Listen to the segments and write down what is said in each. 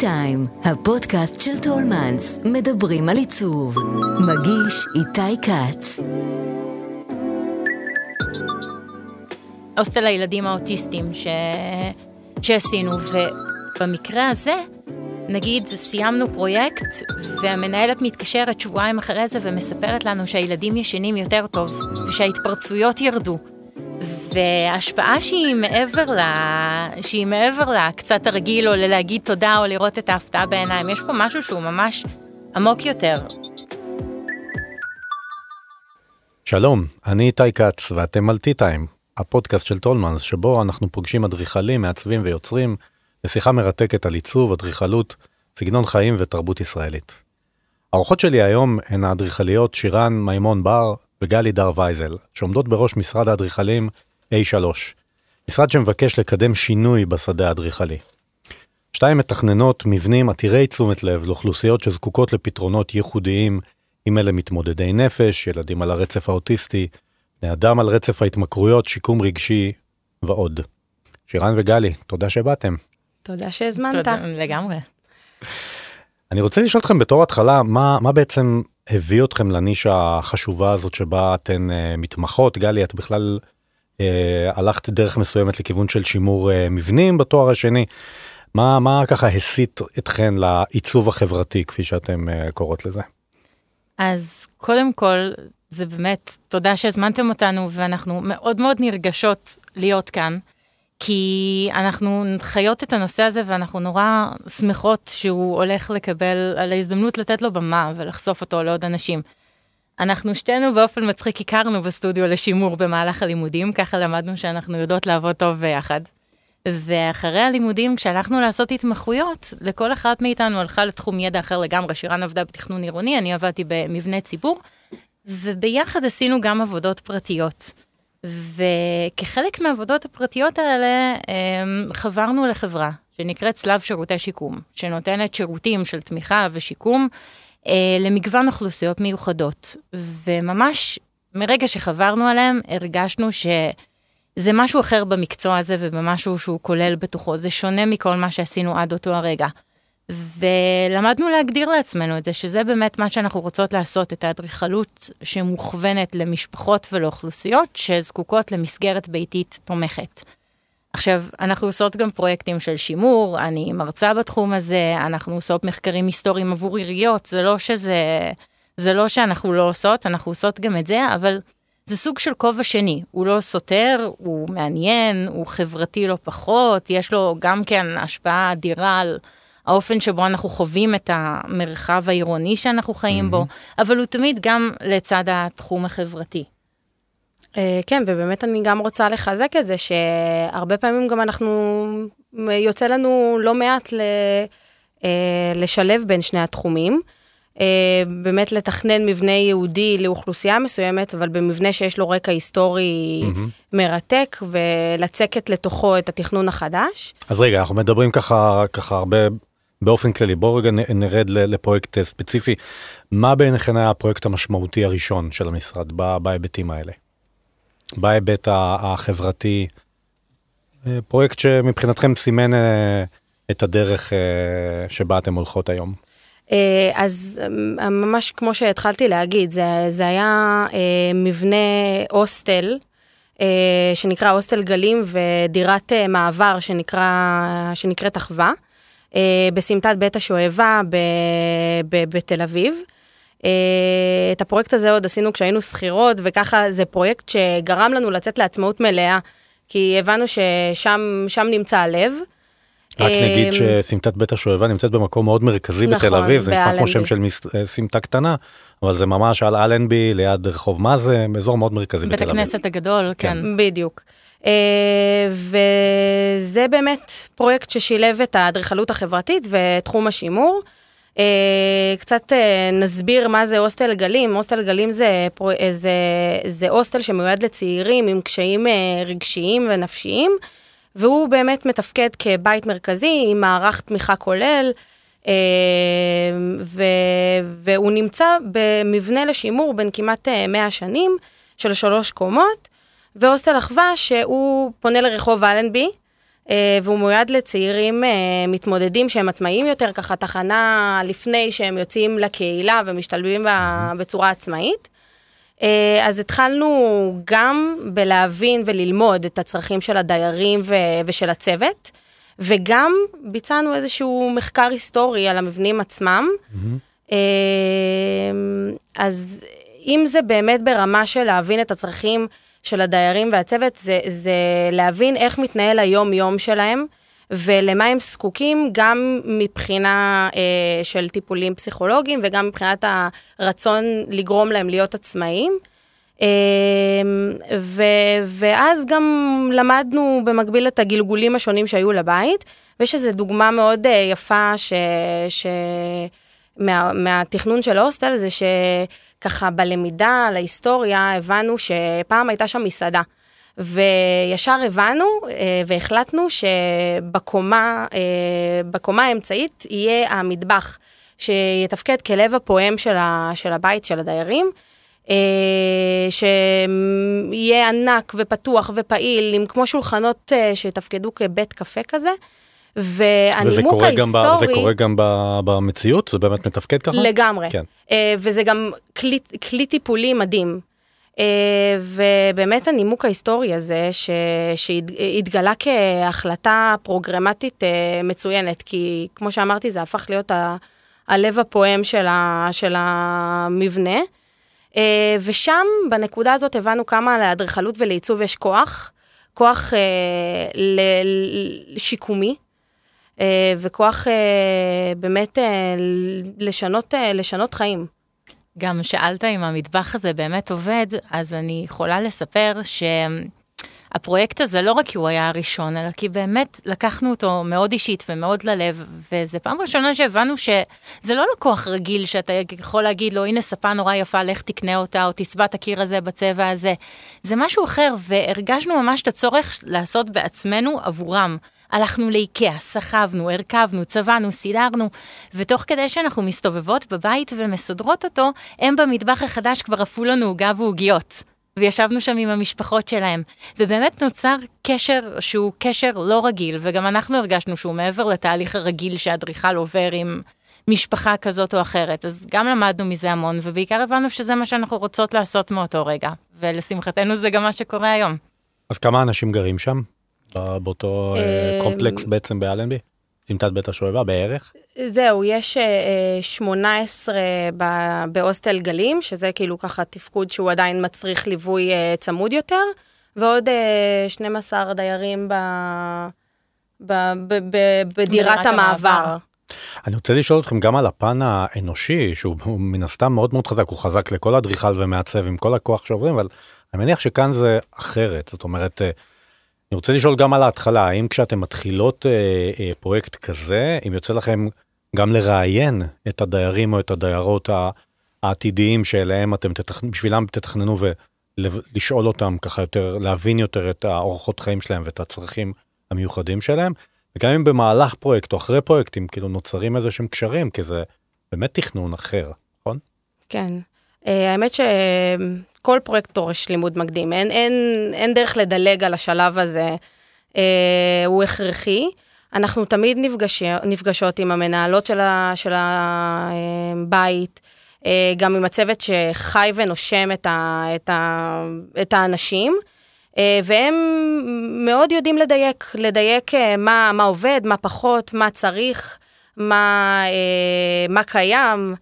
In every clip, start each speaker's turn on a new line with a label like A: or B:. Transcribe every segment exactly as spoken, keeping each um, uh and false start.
A: טיים, הפודקאסט של טולמנס, מדברים על עיצוב. מגיש איתי קץ.
B: הוסטל הילדים האוטיסטים ש... שעשינו, ובמקרה הזה, נגיד, סיימנו פרויקט, והמנהלת מתקשרת שבועיים אחרי זה ומספרת לנו שהילדים ישנים יותר טוב, ושההתפרצויות ירדו. וההשפעה שהיא מעבר לה, שהיא מעבר לה, קצת הרגיל, או ללהגיד תודה, או לראות את ההפתעה בעיניים. יש פה משהו שהוא ממש עמוק יותר.
C: שלום, אני איתי קץ, ואתם על טיים, הפודקאסט של טולמנס, שבו אנחנו פוגשים אדריכלים, מעצבים ויוצרים, לשיחה מרתקת על עיצוב, אדריכלות, סגנון חיים ותרבות ישראלית. האורחות שלי היום הן האדריכליות שירן מימון בר וגלי דר וייזל, שעומדות בראש משרד האדריכלים איי שלוש, משרד שמבקש לקדם שינוי בשדה האדריכלי. שתיים מתכננות מבנים עתירי תשומת לב לאוכלוסיות שזקוקות לפתרונות ייחודיים, עם אלה מתמודדי נפש, ילדים על הרצף האוטיסטי, בני אדם על רצף ההתמכרויות, שיקום רגשי ועוד. שירן וגלי, תודה שבאתם.
D: תודה שהזמנת.
B: תודה, לגמרי.
C: אני רוצה לשאול אתכם בתור התחלה, מה, מה בעצם הביא אתכם לנישה החשובה הזאת שבה אתן uh, מתמחות? גלי, את בכלל uh, הלכת דרך מסוימת לכיוון של שימור uh, מבנים בתואר השני. מה, מה ככה הסיט אתכן לעיצוב החברתי, כפי שאתם uh, קוראות לזה?
B: אז קודם כל, זה באמת, תודה שהזמנתם אותנו, ואנחנו מאוד מאוד נרגשות להיות כאן, כי אנחנו חיות את הנושא הזה, ואנחנו נורא שמחות שהוא הולך לקבל על ההזדמנות לתת לו במה, ולחשוף אותו לעוד אנשים. אנחנו שתינו באופן מצחיק הכרנו בסטודיו לשימור במהלך הלימודים, ככה למדנו שאנחנו יודעות לעבוד טוב ביחד. ואחרי הלימודים, כשהלכנו לעשות התמחויות, לכל אחת מאיתנו הלכה לתחום ידע אחר לגמרי. שירן עבדה בתכנון עירוני, אני עבדתי במבנה ציבור, וביחד עשינו גם עבודות פרטיות. וכחלק מהעבודות הפרטיות האלה, חברנו לחברה שנקראת צלב שירותי שיקום, שנותנת שירותים של תמיכה ושיקום למגוון אוכלוסיות מיוחדות. וממש מרגע שחברנו עליהם, הרגשנו שזה משהו אחר במקצוע הזה, ובמשהו שהוא כולל בתוכו. זה שונה מכל מה שעשינו עד אותו הרגע. ולמדנו להגדיר לעצמנו את זה, שזה באמת מה שאנחנו רוצות לעשות, את האדריכלות שמוכוונת למשפחות ולאוכלוסיות שזקוקות למסגרת ביתית תומכת. עכשיו, אנחנו עושות גם פרויקטים של שימור, אני מרצה בתחום הזה, אנחנו עושות מחקרים היסטוריים עבור עיריות, זה לא שזה, זה לא שאנחנו לא עושות, אנחנו עושות גם את זה, אבל זה סוג של כובע שני, הוא לא סותר, הוא מעניין, הוא חברתי לא פחות, יש לו גם כן השפעה אדירה על האופן שבו אנחנו חווים את המרחב העירוני שאנחנו חיים בו, אבל הוא תמיד גם לצד התחום החברתי.
D: כן, ובאמת אני גם רוצה לחזק את זה, שהרבה פעמים גם אנחנו, יוצא לנו לא מעט לשלב בין שני התחומים, באמת לתכנן מבנה יהודי לאוכלוסייה מסוימת, אבל במבנה שיש לו רקע היסטורי מרתק, ולצקת לתוכו את התכנון החדש.
C: אז רגע, אנחנו מדברים ככה, ככה הרבה באופן כללי. בואו רגע נרד לפרויקט ספציפי. מה בעיניכם היה הפרויקט המשמעותי הראשון של המשרד בהיבטים האלה? בהיבט החברתי, פרויקט שמבחינתכם סימן את הדרך שבה אתם הולכות היום.
D: אז ממש כמו שהתחלתי להגיד, זה, זה היה מבנה הוסטל, שנקרא הוסטל גלים, ודירת מעבר שנקרא, שנקראת אחווה, בסמטת בית השואבה בתל אביב. את הפרויקט הזה עוד עשינו כשהיינו שכירות, וככה זה פרויקט שגרם לנו לצאת לעצמאות מלאה, כי הבנו ששם שם נמצא הלב.
C: רק נגיד שסמטת בית השואבה נמצאת במקום מאוד מרכזי בתל אביב, זה נשמע כמו שם של סמטה קטנה, אבל זה ממש על אלנבי, ליד רחוב מאזה, אזור מאוד מרכזי בתל אביב.
B: בית הכנסת הגדול, כן.
D: בדיוק. וזה באמת פרויקט ששילב את האדריכלות החברתית ותחום השימור. קצת נסביר מה זה הוסטל גלים. הוסטל גלים זה, זה, זה הוסטל שמיועד לצעירים עם קשיים רגשיים ונפשיים, והוא באמת מתפקד כבית מרכזי עם מערך תמיכה כולל, והוא נמצא במבנה לשימור בין כמעט מאה שנים של שלוש קומות, והוסטל אחווה שהוא פונה לרחוב אלנבי, והוא מיועד לצעירים מתמודדים שהם עצמאיים יותר, ככה תחנה לפני שהם יוצאים לקהילה ומשתלבים בצורה עצמאית. אז התחלנו גם בלהבין וללמוד את הצרכים של הדיירים ושל הצוות, וגם ביצענו איזשהו מחקר היסטורי על המבנים עצמם. אז אם זה באמת ברמה של להבין את הצרכים של הדיירים והצוות, זה, זה להבין איך מתנהל היום-יום שלהם, ולמה הם זקוקים, גם מבחינה אה, של טיפולים פסיכולוגיים, וגם מבחינת הרצון לגרום להם להיות עצמאיים. אה, ו, ואז גם למדנו במקביל את הגלגולים השונים שהיו לבית, ויש איזו דוגמה מאוד אה, יפה ש... ש מה, מהתכנון של ההוסטל, זה שככה בלמידה על ההיסטוריה, הבנו שפעם הייתה שם מסעדה, וישר הבנו והחלטנו שבקומה, בקומה האמצעית יהיה המטבח, שיתפקד כלב הפועם של, ה, של הבית של הדיירים, שיהיה ענק ופתוח ופעיל, עם כמו שולחנות שתפקדו כבית קפה כזה, והנימוק ההיסטורי...
C: זה קורה גם במציאות? זה באמת מתפקד ככה?
D: לגמרי. כן. וזה גם כלי, כלי טיפולי מדהים. ובאמת הנימוק ההיסטורי הזה, ש, שהתגלה כהחלטה פרוגרמטית מצוינת, כי כמו שאמרתי, זה הפך להיות ה, הלב הפועם של, ה, של המבנה. ושם, בנקודה הזאת, הבנו כמה לאדריכלות ולעיצוב יש כוח, כוח לשיקומי, וכוח באמת לשנות, לשנות חיים.
B: גם שאלת אם המטבח הזה באמת עובד, אז אני יכולה לספר שהפרויקט הזה לא רק כי הוא היה הראשון, אלא כי באמת לקחנו אותו מאוד אישית ומאוד ללב, וזה פעם ראשונה שהבנו שזה לא לקוח רגיל שאתה יכול להגיד לו, הנה ספה נורא יפה, לך תקנה אותה, או תצבע את הקיר הזה בצבע הזה. זה משהו אחר, והרגשנו ממש את הצורך לעשות בעצמנו עבורם. הלכנו לאיקאה, סחבנו, הרכבנו, צבענו, סידרנו, ותוך כדי שאנחנו מסתובבות בבית ומסדרות אותו, הם במטבח החדש כבר עפו לנו עוגה ועוגיות, וישבנו שם עם המשפחות שלהם, ובאמת נוצר קשר שהוא קשר לא רגיל, וגם אנחנו הרגשנו שהוא מעבר לתהליך הרגיל שהאדריכל עובר עם משפחה כזאת או אחרת, אז גם למדנו מזה המון, ובעיקר הבנו שזה מה שאנחנו רוצות לעשות מאותו רגע, ולשמחתנו זה גם מה שקורה היום. אז
C: כמה אנשים גרים שם? באותו קומפלקס בעצם באלנבי? סמטת בית השואבה בערך?
D: זהו, יש שמונה עשרה בהוסטל גלים, שזה כאילו ככה תפקוד שהוא עדיין מצריך ליווי צמוד יותר, ועוד שנים עשר דיירים בדירת המעבר.
C: אני רוצה לשאול אתכם גם על הפן האנושי, שהוא מן הסתם מאוד מאוד חזק, הוא חזק לכל אדריכל ומעצב עם כל הכוח שעוברים, אבל אני מניח שכאן זה אחרת, זאת אומרת, אני רוצה לשאול גם על ההתחלה, האם כשאתם מתחילות אה, אה, פרויקט כזה, אם יוצא לכם גם לראיין את הדיירים או את הדיירות העתידיים שאליהם אתם תתכנ... בשבילם תתכננו ולשאול אותם ככה יותר, להבין יותר את האורחות חיים שלהם ואת הצרכים המיוחדים שלהם, וגם אם במהלך פרויקט או אחרי פרויקטים, כאילו נוצרים איזה שהם קשרים, כי זה באמת תכנון אחר, נכון?
D: כן. האמת שכל פרויקט דורש לימוד מקדים, אין, אין, אין דרך לדלג על השלב הזה, הוא הכרחי. אנחנו תמיד נפגש, נפגשות עם המנהלות של, ה, של הבית, גם עם הצוות שחי ונושם את, ה, את, ה, את האנשים, והם מאוד יודעים לדייק, לדייק מה, מה עובד, מה פחות, מה צריך, מה, מה קיים,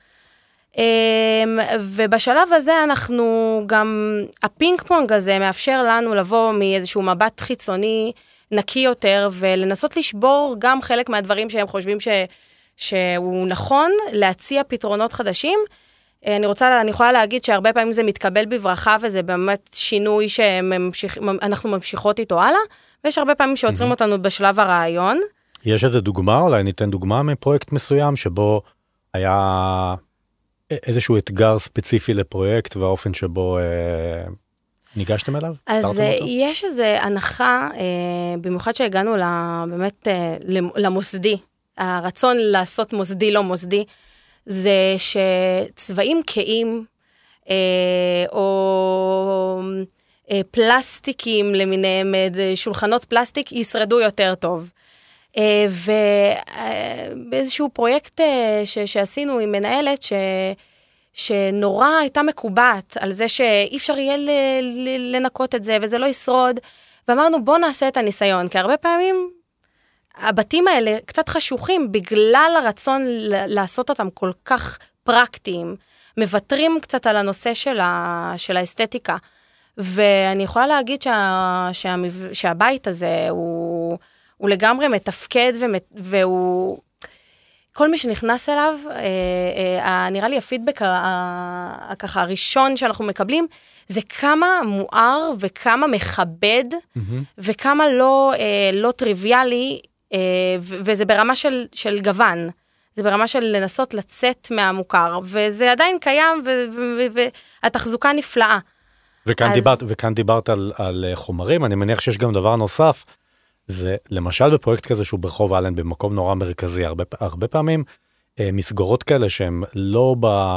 D: ובשלב הזה אנחנו גם, הפינג פונג הזה מאפשר לנו לבוא מאיזשהו מבט חיצוני נקי יותר, ולנסות לשבור גם חלק מהדברים שהם חושבים ש, שהוא נכון, להציע פתרונות חדשים. אני רוצה, אני יכולה להגיד שהרבה פעמים זה מתקבל בברכה, וזה באמת שינוי שאנחנו ממשיכות איתו הלאה, ויש הרבה פעמים שעוצרים mm-hmm. אותנו בשלב הרעיון.
C: יש איזה דוגמה, אולי ניתן דוגמה מפרויקט מסוים, שבו היה איזשהו אתגר ספציפי לפרויקט, והאופן שבו אה, ניגשתם אליו?
D: אז אה, יש איזו הנחה, אה, במיוחד שהגענו לה, באמת אה, למוסדי, הרצון לעשות מוסדי לא מוסדי, זה שצבעים קיים, אה, או פלסטיקים למיניהם, שולחנות פלסטיק, ישרדו יותר טוב. ובאיזשהו פרויקט שעשינו עם מנהלת, שנורא הייתה מקובעת על זה שאי אפשר יהיה לנקות את זה, וזה לא ישרוד, ואמרנו בוא נעשה את הניסיון, כי הרבה פעמים הבתים האלה קצת חשוכים, בגלל הרצון לעשות אותם כל כך פרקטיים, מבטרים קצת על הנושא של, ה, של האסתטיקה, ואני יכולה להגיד שה, שה, שהבית הזה הוא, הוא לגמרי מתפקד, ומת, והוא, כל מי שנכנס אליו, אה, אה, נראה לי הפידבק ה, ה, ככה הראשון שאנחנו מקבלים, זה כמה מואר וכמה מכבד, mm-hmm. וכמה לא, אה, לא טריוויאלי, אה, ו, וזה ברמה של, של גוון. זה ברמה של לנסות לצאת מהמוכר, וזה עדיין קיים, והתחזוקה נפלאה.
C: וכאן, אז... דיברת, וכאן דיברת על, על חומרים, אני מניח שיש גם דבר נוסף, זה למשל בפרויקט כזה שהוא ברחוב אלן, במקום נורא מרכזי, הרבה, הרבה פעמים מסגרות כאלה שהן לא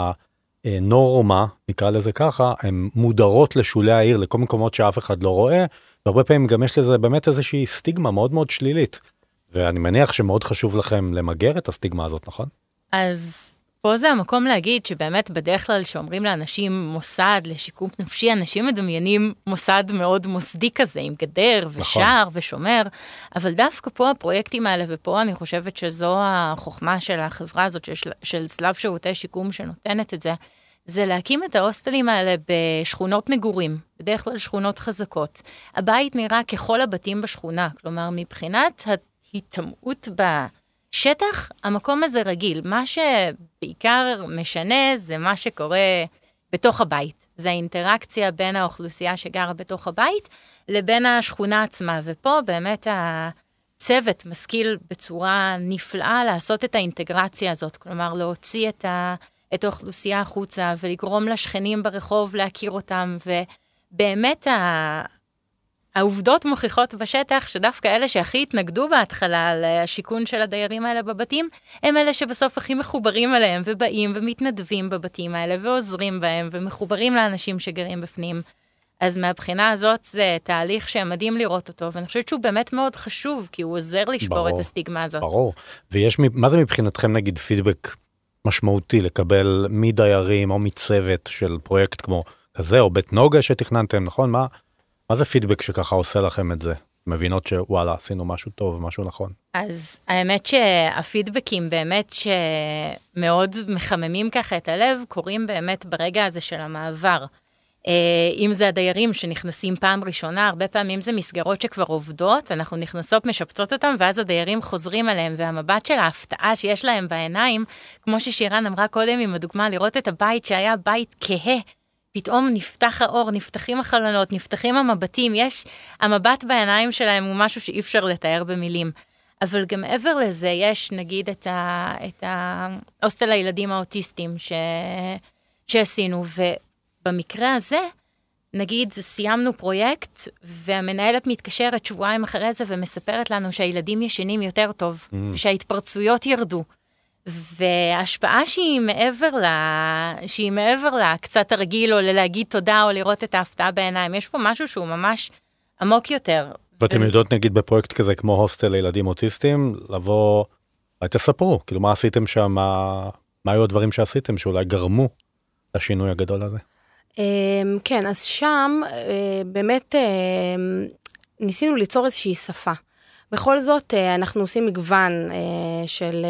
C: בנורמה, נקרא לזה ככה, הן מודרות לשולי העיר, לכל מקומות שאף אחד לא רואה, והרבה פעמים גם יש לזה באמת איזושהי סטיגמה מאוד מאוד שלילית. ואני מניח שמאוד חשוב לכם למגר את הסטיגמה הזאת, נכון?
B: אז פה זה המקום להגיד שבאמת בדרך כלל שאומרים לאנשים מוסד לשיקום נפשי, אנשים מדמיינים מוסד מאוד מוסדי כזה, עם גדר ושער נכון. ושומר, אבל דווקא פה הפרויקטים האלה, ופה אני חושבת שזו החוכמה של החברה הזאת, של, של סלב שירותי שיקום שנותנת את זה, זה להקים את ההוסטלים האלה בשכונות מגורים, בדרך כלל שכונות חזקות. הבית נראה ככל הבתים בשכונה, כלומר מבחינת התאמות בשטח, המקום הזה רגיל. מה שבעיקר משנה זה מה שקורה בתוך הבית. זה האינטראקציה בין האוכלוסייה שגרה בתוך הבית לבין השכונה עצמה. ופה באמת הצוות משכיל בצורה נפלאה לעשות את האינטגרציה הזאת. כלומר, להוציא את, ה, את האוכלוסייה החוצה ולגרום לשכנים ברחוב להכיר אותם. ובאמת ה... העובדות מוכיחות בשטח שדווקא אלה שהכי התנגדו בהתחלה על השיקון של הדיירים האלה בבתים, הם אלה שבסוף הכי מחוברים אליהם ובאים ומתנדבים בבתים האלה ועוזרים בהם ומחוברים לאנשים שגרים בפנים. אז מהבחינה הזאת זה תהליך שמדהים לראות אותו, ואני חושבת שהוא באמת מאוד חשוב, כי הוא עוזר לשבור ברור, את הסטיגמה הזאת.
C: ברור, ויש, מה זה מבחינתכם נגיד פידבק משמעותי לקבל מדיירים או מצוות של פרויקט כמו כזה, או בית נוגה שתכננתם, נכון? מה... מה זה פידבק שככה עושה לכם את זה? מבינות שוואלה, עשינו משהו טוב, משהו נכון.
B: אז האמת שהפידבקים באמת שמאוד מחממים ככה את הלב, קוראים באמת ברגע הזה של המעבר. אם זה הדיירים שנכנסים פעם ראשונה, הרבה פעמים זה מסגרות שכבר עובדות, אנחנו נכנסות, משפצות אותם, ואז הדיירים חוזרים עליהם, והמבט של ההפתעה שיש להם בעיניים, כמו ששירן אמרה קודם עם הדוגמה, לראות את הבית שהיה בית כהה, פתאום נפתח האור, נפתחים החלונות, נפתחים המבטים, יש, המבט בעיניים שלהם הוא משהו שאי אפשר לתאר במילים. אבל גם מעבר לזה, יש נגיד את ה, את ההוסטל הילדים האוטיסטים ש, שעשינו, ובמקרה הזה, נגיד, סיימנו פרויקט, והמנהלת מתקשרת שבועיים אחרי זה, ומספרת לנו שהילדים ישנים יותר טוב, mm. שההתפרצויות ירדו. וההשפעה שהיא מעבר לה, שהיא מעבר לה, קצת הרגיל, או ללהגיד תודה, או לראות את ההפתעה בעיניים. יש פה משהו שהוא ממש עמוק יותר.
C: ואתם ו... יודעות, נגיד, בפרויקט כזה, כמו הוסטל לילדים אוטיסטים, לבוא, תספרו, כאילו, מה עשיתם שם, מה, מה היו הדברים שעשיתם, שאולי גרמו לשינוי הגדול הזה?
D: כן, אז שם, באמת, ניסינו ליצור איזושהי שפה. בכל זאת, אנחנו עושים מגוון של...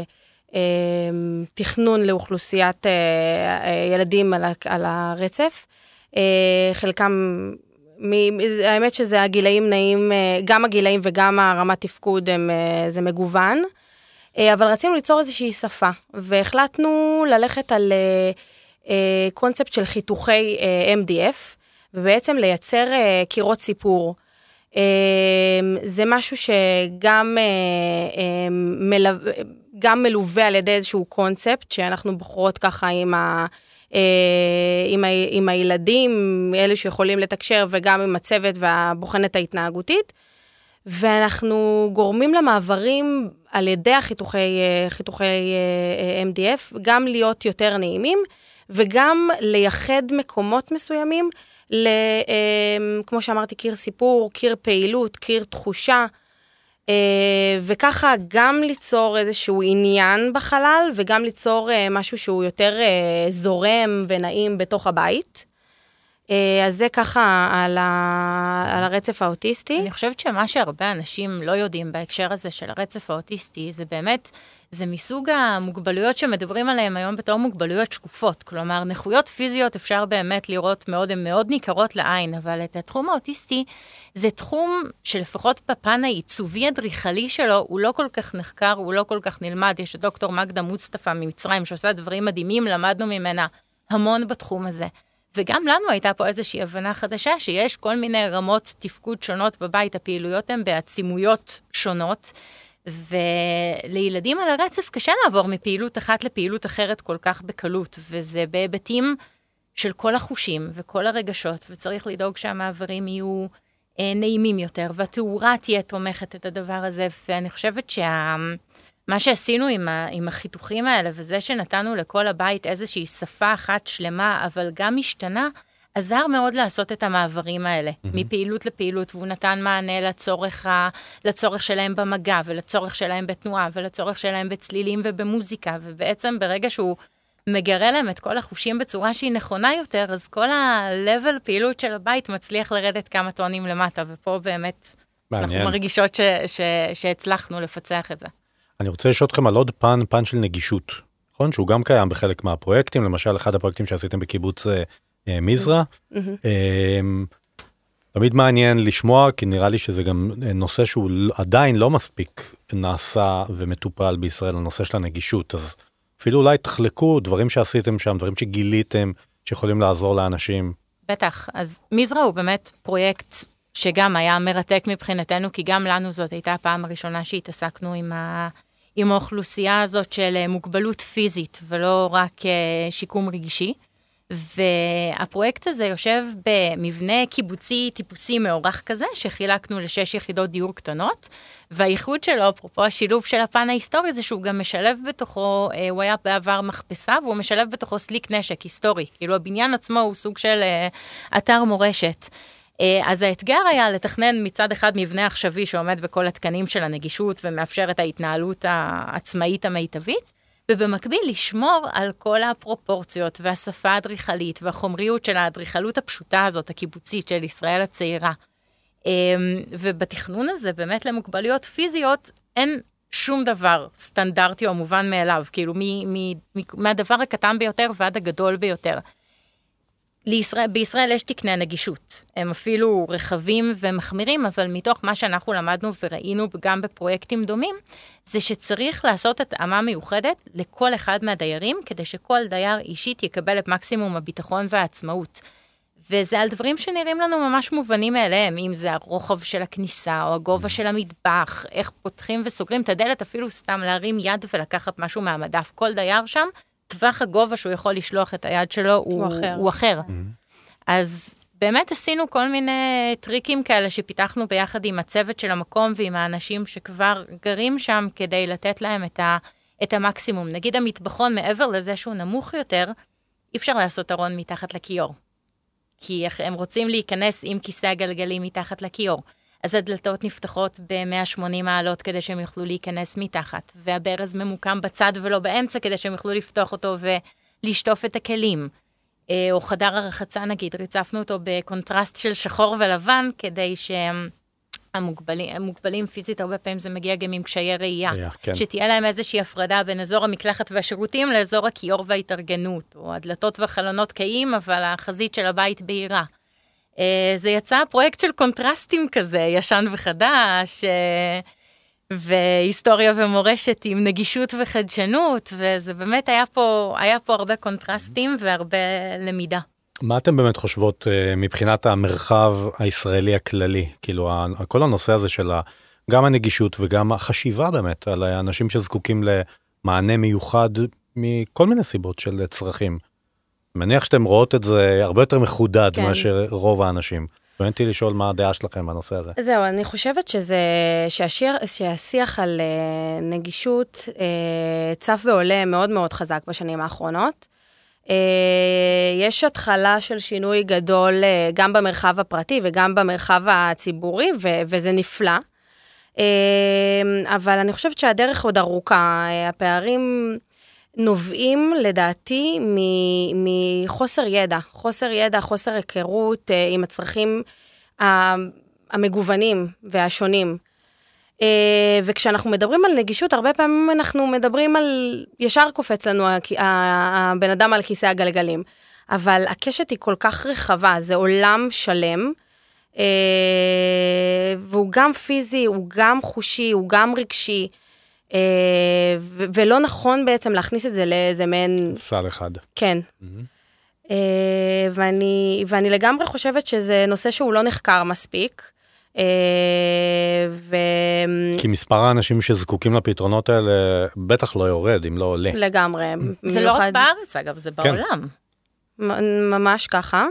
D: תכנון לאוכלוסיית ילדים על הרצף. חלקם, האמת שזה הגילאים נעים, גם הגילאים וגם הרמת תפקוד זה מגוון, אבל רצינו ליצור איזושהי שפה, והחלטנו ללכת על קונספט של חיתוכי אם די אף, ובעצם לייצר קירות סיפור. זה משהו שגם מלווה, גם מלווה על ידי איזשהו קונספט, שאנחנו בוחרות ככה עם, ה, עם, ה, עם הילדים, אלו שיכולים לתקשר, וגם עם הצוות והבוחנת ההתנהגותית, ואנחנו גורמים למעברים על ידי החיתוכי, חיתוכי אם די אף, גם להיות יותר נעימים, וגם לייחד מקומות מסוימים, ל, כמו שאמרתי, קיר סיפור, קיר פעילות, קיר תחושה, וככה גם ליצור איזשהו עניין בחלל, וגם ליצור משהו שהוא יותר זורם ונעים בתוך הבית. אז זה ככה על, ה... על הרצף האוטיסטי.
B: אני חושבת שמה שהרבה אנשים לא יודעים בהקשר הזה של הרצף האוטיסטי, זה באמת, זה מסוג המוגבלויות שמדברים עליהן היום בתור מוגבלויות שקופות. כלומר, נכויות פיזיות אפשר באמת לראות מאוד, הן מאוד ניכרות לעין, אבל את התחום האוטיסטי, זה תחום שלפחות בפן העיצובי אדריכלי שלו, הוא לא כל כך נחקר, הוא לא כל כך נלמד. יש את דוקטור מגדה מוצטפא ממצרים, שעושה דברים מדהימים, למדנו ממנה המון בתחום הזה. וגם לנו הייתה פה איזושהי הבנה חדשה, שיש כל מיני רמות תפקוד שונות בבית, הפעילויות הן בעצימויות שונות, ולילדים על הרצף קשה לעבור מפעילות אחת לפעילות אחרת כל כך בקלות, וזה בהיבטים של כל החושים וכל הרגשות, וצריך לדאוג שהמעברים יהיו אה, נעימים יותר, והתאורה תהיה תומכת את הדבר הזה, ואני חושבת שה... מה שעשינו עם, ה, עם החיתוכים האלה, וזה שנתנו לכל הבית איזושהי שפה אחת שלמה, אבל גם משתנה, עזר מאוד לעשות את המעברים האלה, mm-hmm. מפעילות לפעילות, והוא נתן מענה לצורך, ה, לצורך שלהם במגע, ולצורך שלהם בתנועה, ולצורך שלהם בצלילים ובמוזיקה, ובעצם ברגע שהוא מגרה להם את כל החושים בצורה שהיא נכונה יותר, אז כל ה-level פעילות של הבית מצליח לרדת כמה טונים למטה, ופה באמת מעניין. אנחנו מרגישות ש, ש, שהצלחנו לפצח את זה.
C: אני רוצה לשאול אתכם על עוד פן, פן של נגישות, נכון? שהוא גם קיים בחלק מהפרויקטים, למשל אחד הפרויקטים שעשיתם בקיבוץ אה, מזרע. Mm-hmm. אה, תמיד מעניין לשמוע, כי נראה לי שזה גם נושא שהוא עדיין לא מספיק נעשה ומטופל בישראל, הנושא של הנגישות. אז אפילו אולי תחלקו דברים שעשיתם שם, דברים שגיליתם, שיכולים לעזור לאנשים.
B: בטח, אז מזרע הוא באמת פרויקט שגם היה מרתק מבחינתנו, כי גם לנו זאת הייתה הפעם הראשונה שהתעסקנו עם, ה... עם האוכלוסייה הזאת של מוגבלות פיזית, ולא רק שיקום רגשי. והפרויקט הזה יושב במבנה קיבוצי טיפוסי מאורך כזה, שחילקנו לשש יחידות דיור קטנות, והייחוד שלו, אפרופו השילוב של הפן ההיסטורי, זה שהוא גם משלב בתוכו, הוא היה בעבר מכפסה, והוא משלב בתוכו סליק נשק היסטורי. כאילו הבניין עצמו הוא סוג של אתר מורשת. אז האתגר היה לתכנן מצד אחד מבנה עכשווי שעומד בכל התקנים של הנגישות ומאפשר את ההתנהלות העצמאית המיטבית, ובמקביל לשמור על כל הפרופורציות והשפה האדריכלית והחומריות של האדריכלות הפשוטה הזאת, הקיבוצית של ישראל הצעירה. ובתכנון הזה באמת למוגבלויות פיזיות אין שום דבר סטנדרטי או מובן מאליו, כאילו מהדבר הקטן ביותר ועד הגדול ביותר. לישראל, בישראל יש תקני נגישות, הם אפילו רחבים ומחמירים, אבל מתוך מה שאנחנו למדנו וראינו גם בפרויקטים דומים, זה שצריך לעשות התאמה מיוחדת לכל אחד מהדיירים, כדי שכל דייר אישית יקבל את מקסימום הביטחון והעצמאות. וזה על דברים שנראים לנו ממש מובנים מאליהם, אם זה הרוחב של הכניסה, או הגובה של המטבח, איך פותחים וסוגרים את הדלת, אפילו סתם להרים יד ולקחת משהו מהמדף. כל דייר שם, טווח הגובה שהוא יכול לשלוח את היד שלו הוא, הוא אחר. הוא אחר. Mm-hmm. אז באמת עשינו כל מיני טריקים כאלה שפיתחנו ביחד עם הצוות של המקום ועם האנשים שכבר גרים שם כדי לתת להם את, ה, את המקסימום. נגיד המטבחון מעבר לזה שהוא נמוך יותר, אי אפשר לעשות ארון מתחת לכיור. כי הם רוצים להיכנס עם כיסא הגלגלים מתחת לכיור. אז הדלתות נפתחות ב-מאה ושמונים מעלות כדי שהם יוכלו להיכנס מתחת, והברז ממוקם בצד ולא באמצע כדי שהם יוכלו לפתוח אותו ולשטוף את הכלים. או חדר הרחצה נגיד, ריצפנו אותו בקונטרסט של שחור ולבן, כדי שהמוגבלים, המוגבלים פיזית הרבה פעמים זה מגיע גם עם קשיי ראייה, yeah, כן. שתהיה להם איזושהי הפרדה בין אזור המקלחת והשירותים לאזור הכיור וההתארגנות, או הדלתות והחלונות קיים, אבל החזית של הבית בהירה. זה יצא פרויקט של קונטרסטים כזה, ישן וחדש, והיסטוריה ומורשת עם נגישות וחדשנות, וזה באמת היה פה, היה פה הרבה קונטרסטים והרבה למידה.
C: מה אתם באמת חושבות מבחינת המרחב הישראלי הכללי? כאילו, כל הנושא הזה של גם הנגישות וגם החשיבה באמת על האנשים שזקוקים למענה מיוחד מכל מיני סיבות של צרכים. מניח שאתם רואות את זה הרבה יותר מחודד כן. מאשר רוב האנשים. מעונייתי לשאול מה הדעה שלכם בנושא הזה.
D: זהו, אני חושבת שזה, שהשיר, שהשיח על נגישות צף ועולה מאוד מאוד חזק בשנים האחרונות. יש התחלה של שינוי גדול גם במרחב הפרטי וגם במרחב הציבורי, וזה נפלא. אבל אני חושבת שהדרך עוד ארוכה, הפערים נובעים לדעתי מחוסר ידע, חוסר ידע, חוסר היכרות עם הצרכים המגוונים והשונים. וכשאנחנו מדברים על נגישות, הרבה פעמים אנחנו מדברים על, ישר קופץ לנו הבן אדם על כיסא הגלגלים, אבל הקשת היא כל כך רחבה, זה עולם שלם, והוא גם פיזי, הוא גם חושי, הוא גם רגשי, ולא נכון בעצם להכניס את זה לאיזה מעין...
C: סל אחד.
D: כן. ואני, ואני לגמרי חושבת שזה נושא שהוא לא נחקר מספיק, ו...
C: כי מספר האנשים שזקוקים לפתרונות האלה בטח לא יורד, אם לא עולה.
D: לגמרי.
B: זה לא רק בארץ, אגב, זה בעולם.
D: ממש ככה.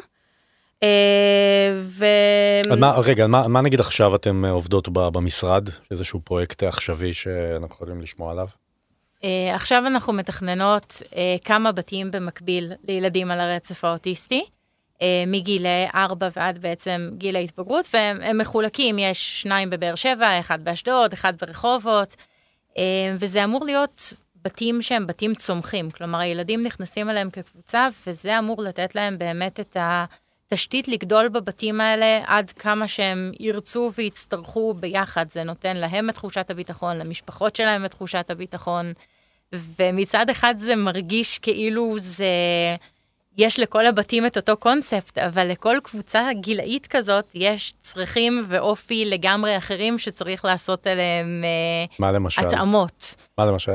D: ו...
C: רגע, מה נגיד עכשיו אתם עובדות במשרד? איזשהו פרויקט עכשווי שאנחנו יכולים לשמוע עליו?
B: עכשיו אנחנו מתכננות כמה בתים במקביל לילדים על הרצף האוטיסטי, מגיל ארבע ועד בעצם גיל ההתבגרות, והם מחולקים, יש שניים בבאר שבע, אחד באשדוד, אחד ברחובות, וזה אמור להיות בתים שהם בתים צומחים, כלומר הילדים נכנסים אליהם כקבוצה, וזה אמור לתת להם באמת את התשתית לגדול בבתים האלה, עד כמה שהם ירצו ויצטרכו ביחד, זה נותן להם את תחושת הביטחון, למשפחות שלהם את תחושת הביטחון, ומצד אחד זה מרגיש כאילו זה... יש לכל הבתים את אותו קונספט, אבל לכל קבוצה גילאית כזאת יש צרכים ואופי לגמרי אחרים שצריך לעשות אליהם
C: מה למשל?
B: התאמות.
C: מה למשל?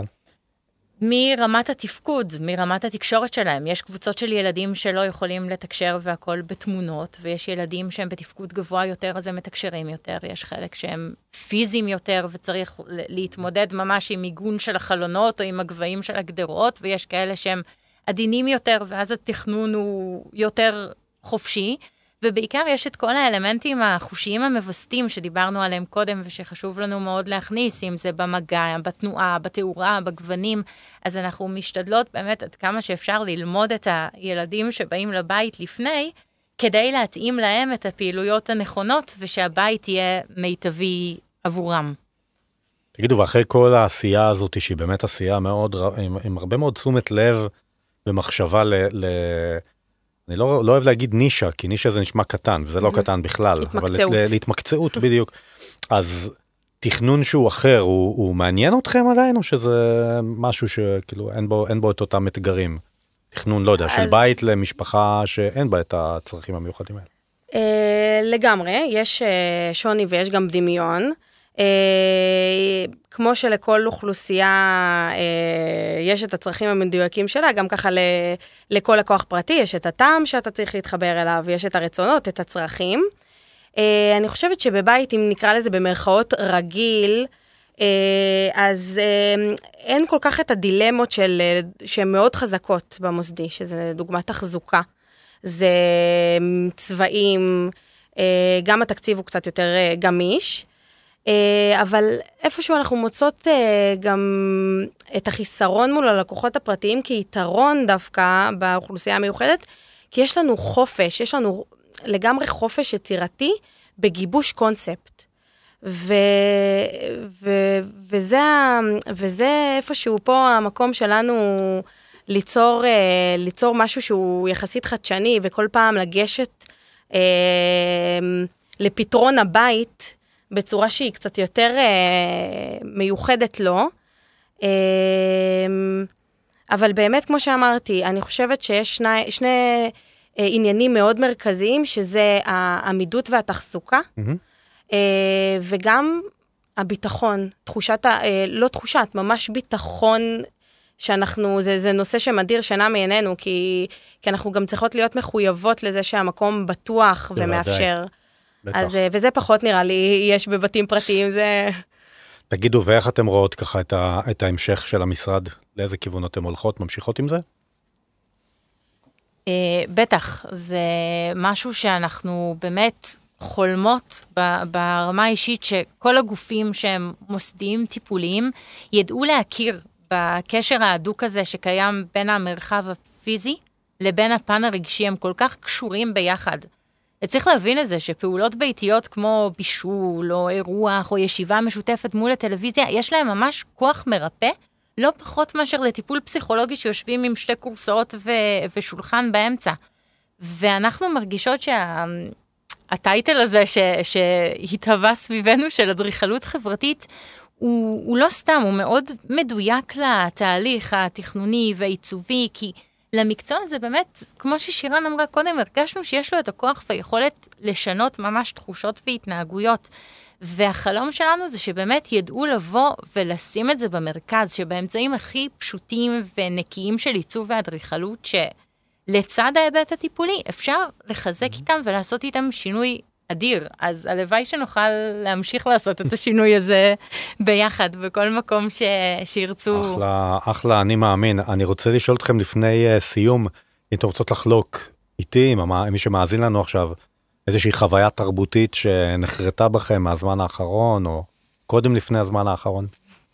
B: מרמת התפקוד, מרמת התקשורת שלהם. יש קבוצות של ילדים שלא יכולים לתקשר והכל בתמונות, ויש ילדים שהם בתפקוד גבוה יותר, אז הם מתקשרים יותר. יש חלק שהם פיזיים יותר, וצריך להתמודד ממש עם מיגון של החלונות, או עם הגבהים של הגדרות, ויש כאלה שהם עדינים יותר, ואז התכנון הוא יותר חופשי, ובעיקר יש את כל האלמנטים החושיים המבסטים שדיברנו עליהם קודם, ושחשוב לנו מאוד להכניס, אם זה במגע, בתנועה, בתאורה, בגוונים, אז אנחנו משתדלות באמת עד כמה שאפשר ללמוד את הילדים שבאים לבית לפני, כדי להתאים להם את הפעילויות הנכונות, ושהבית יהיה מיטבי עבורם.
C: תגידו, ואחרי כל העשייה הזאת, שהיא באמת עשייה מאוד, עם, עם הרבה מאוד תשומת לב, ומחשבה ל... ל... אני לא, לא אוהב להגיד נישה, כי נישה זה נשמע קטן, וזה לא קטן בכלל.
D: התמקצעות.
C: אבל להתמקצעות, בדיוק. אז תכנון שהוא אחר, הוא, הוא מעניין אתכם עדיין, או שזה משהו שכאילו אין בו, אין בו את אותם אתגרים? תכנון, לא יודע, של בית למשפחה שאין בה את הצרכים המיוחדים האלה.
D: לגמרי, יש שוני ויש גם דמיון. כמו שלכל אוכלוסייה יש את הצרכים המדויקים שלה, גם ככה לכל לקוח פרטי יש את הטעם שאתה צריך להתחבר אליו, יש את הרצונות, את הצרכים. אני חושבת שבבית, אם נקרא לזה במרכאות רגיל, אז אין כל כך את הדילמות של, שהן מאוד חזקות במוסדי, שזה דוגמת תחזוקה. זה צבעים, גם התקציב הוא קצת יותר גמיש, אבל איפשהו אנחנו מוצאות גם את החיסרון מול הלקוחות הפרטיים כיתרון דווקא באוכלוסייה המיוחדת, כי יש לנו חופש, יש לנו לגמרי חופש יצירתי בגיבוש קונספט. ו, ו, וזה, וזה איפשהו פה המקום שלנו ליצור, ליצור משהו שהוא יחסית חדשני, וכל פעם לגשת לפתרון הבית, בצורה שהיא קצת יותר אה, מיוחדת לו. אה, אבל באמת, כמו שאמרתי, אני חושבת שיש שני, שני אה, עניינים מאוד מרכזיים, שזה העמידות והתחזוקה, mm-hmm. אה, וגם הביטחון, תחושת, אה, לא תחושת, ממש ביטחון, שאנחנו, זה, זה נושא שמדיר שינה מעינינו, כי, כי אנחנו גם צריכות להיות מחויבות לזה שהמקום בטוח ומאפשר. אז, וזה פחות נראה לי, יש בבתים פרטיים, זה...
C: תגידו, ואיך אתם רואות ככה את, ה, את ההמשך של המשרד? לאיזה כיוון אתם הולכות, ממשיכות עם זה?
B: בטח, זה משהו שאנחנו באמת חולמות ברמה האישית, שכל הגופים שהם מוסדיים טיפוליים, ידעו להכיר בקשר ההדוק הזה שקיים בין המרחב הפיזי לבין הפן הרגשי הם כל כך קשורים ביחד. וצריך להבין את זה שפעולות ביתיות כמו בישול או אירוח או ישיבה משותפת מול הטלוויזיה, יש להם ממש כוח מרפא, לא פחות מאשר לטיפול פסיכולוגי שיושבים עם שתי קורסאות ו- ושולחן באמצע. ואנחנו מרגישות שהטייטל הזה ש- שהתהווה סביבנו של אדריכלות חברתית, הוא, הוא לא סתם, הוא מאוד מדויק לתהליך התכנוני והעיצובי, כי למקצוע הזה באמת, כמו ששירן אמרה קודם, הרגשנו שיש לו את הכוח והיכולת לשנות ממש תחושות והתנהגויות. והחלום שלנו זה שבאמת ידעו לבוא ולשים את זה במרכז, שבאמצעים הכי פשוטים ונקיים של עיצוב ואדריכלות, שלצד ההיבט הטיפולי אפשר לחזק איתם ולעשות איתם שינוי אדיר. אז הלוואי שנוכל להמשיך לעשות את השינוי הזה ביחד, בכל מקום ש... שירצו.
C: אחלה, אחלה, אני מאמין. אני רוצה לשאול אתכם לפני uh, סיום, אם אתם רוצות לחלוק איתי, עם מי שמאזין לנו עכשיו, איזושהי חוויה תרבותית שנחרטה בכם מהזמן האחרון, או קודם לפני הזמן האחרון?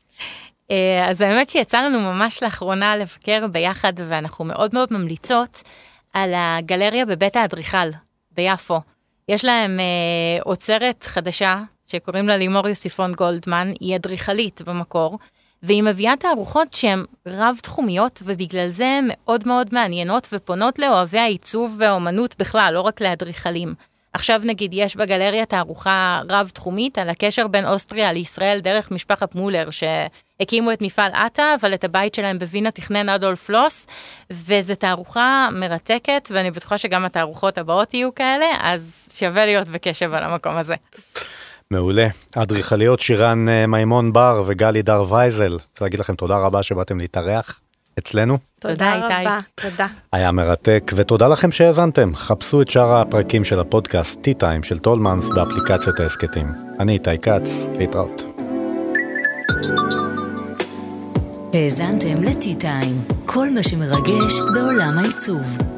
B: אז האמת שיצא לנו ממש לאחרונה לבקר ביחד, ואנחנו מאוד מאוד ממליצות על הגלריה בבית האדריכל, ביפו. יש להם אה, עוצרת חדשה, שקוראים לה לימור יוסיפון גולדמן, היא אדריכלית במקור, והיא מביאה תערוכות שהן רב-תחומיות, ובגלל זה הן מאוד מאוד מעניינות, ופונות לאוהבי העיצוב והאומנות בכלל, לא רק לאדריכלים. עכשיו נגיד, יש בגלריה תערוכה רב-תחומית, על הקשר בין אוסטריה לישראל, דרך משפחת מולר, שהקימו את מפעל אטה, אבל את הבית שלהם בווינה תכנן אדולף לוס, וזו תערוכה מרתקת, ואני בטוחה שגם התערוכות הבאות יהיו כאלה, אז שווה להיות בקשב על המקום הזה.
C: מעולה. האדריכליות שירן מימון בר וגלי דר וייזל, רוצה להגיד לכם תודה רבה שבאתם להתארח אצלנו.
B: תודה איתי.
D: תודה.
C: היה מרתק, ותודה לכם שהאזנתם. חפשו את שאר הפרקים של הפודקאסט טי טיים של טולמנס באפליקציות העסקתים. אני איתי קץ, להתראות.
A: האזנתם לטי טיים, כל מה שמרגש בעולם העיצוב.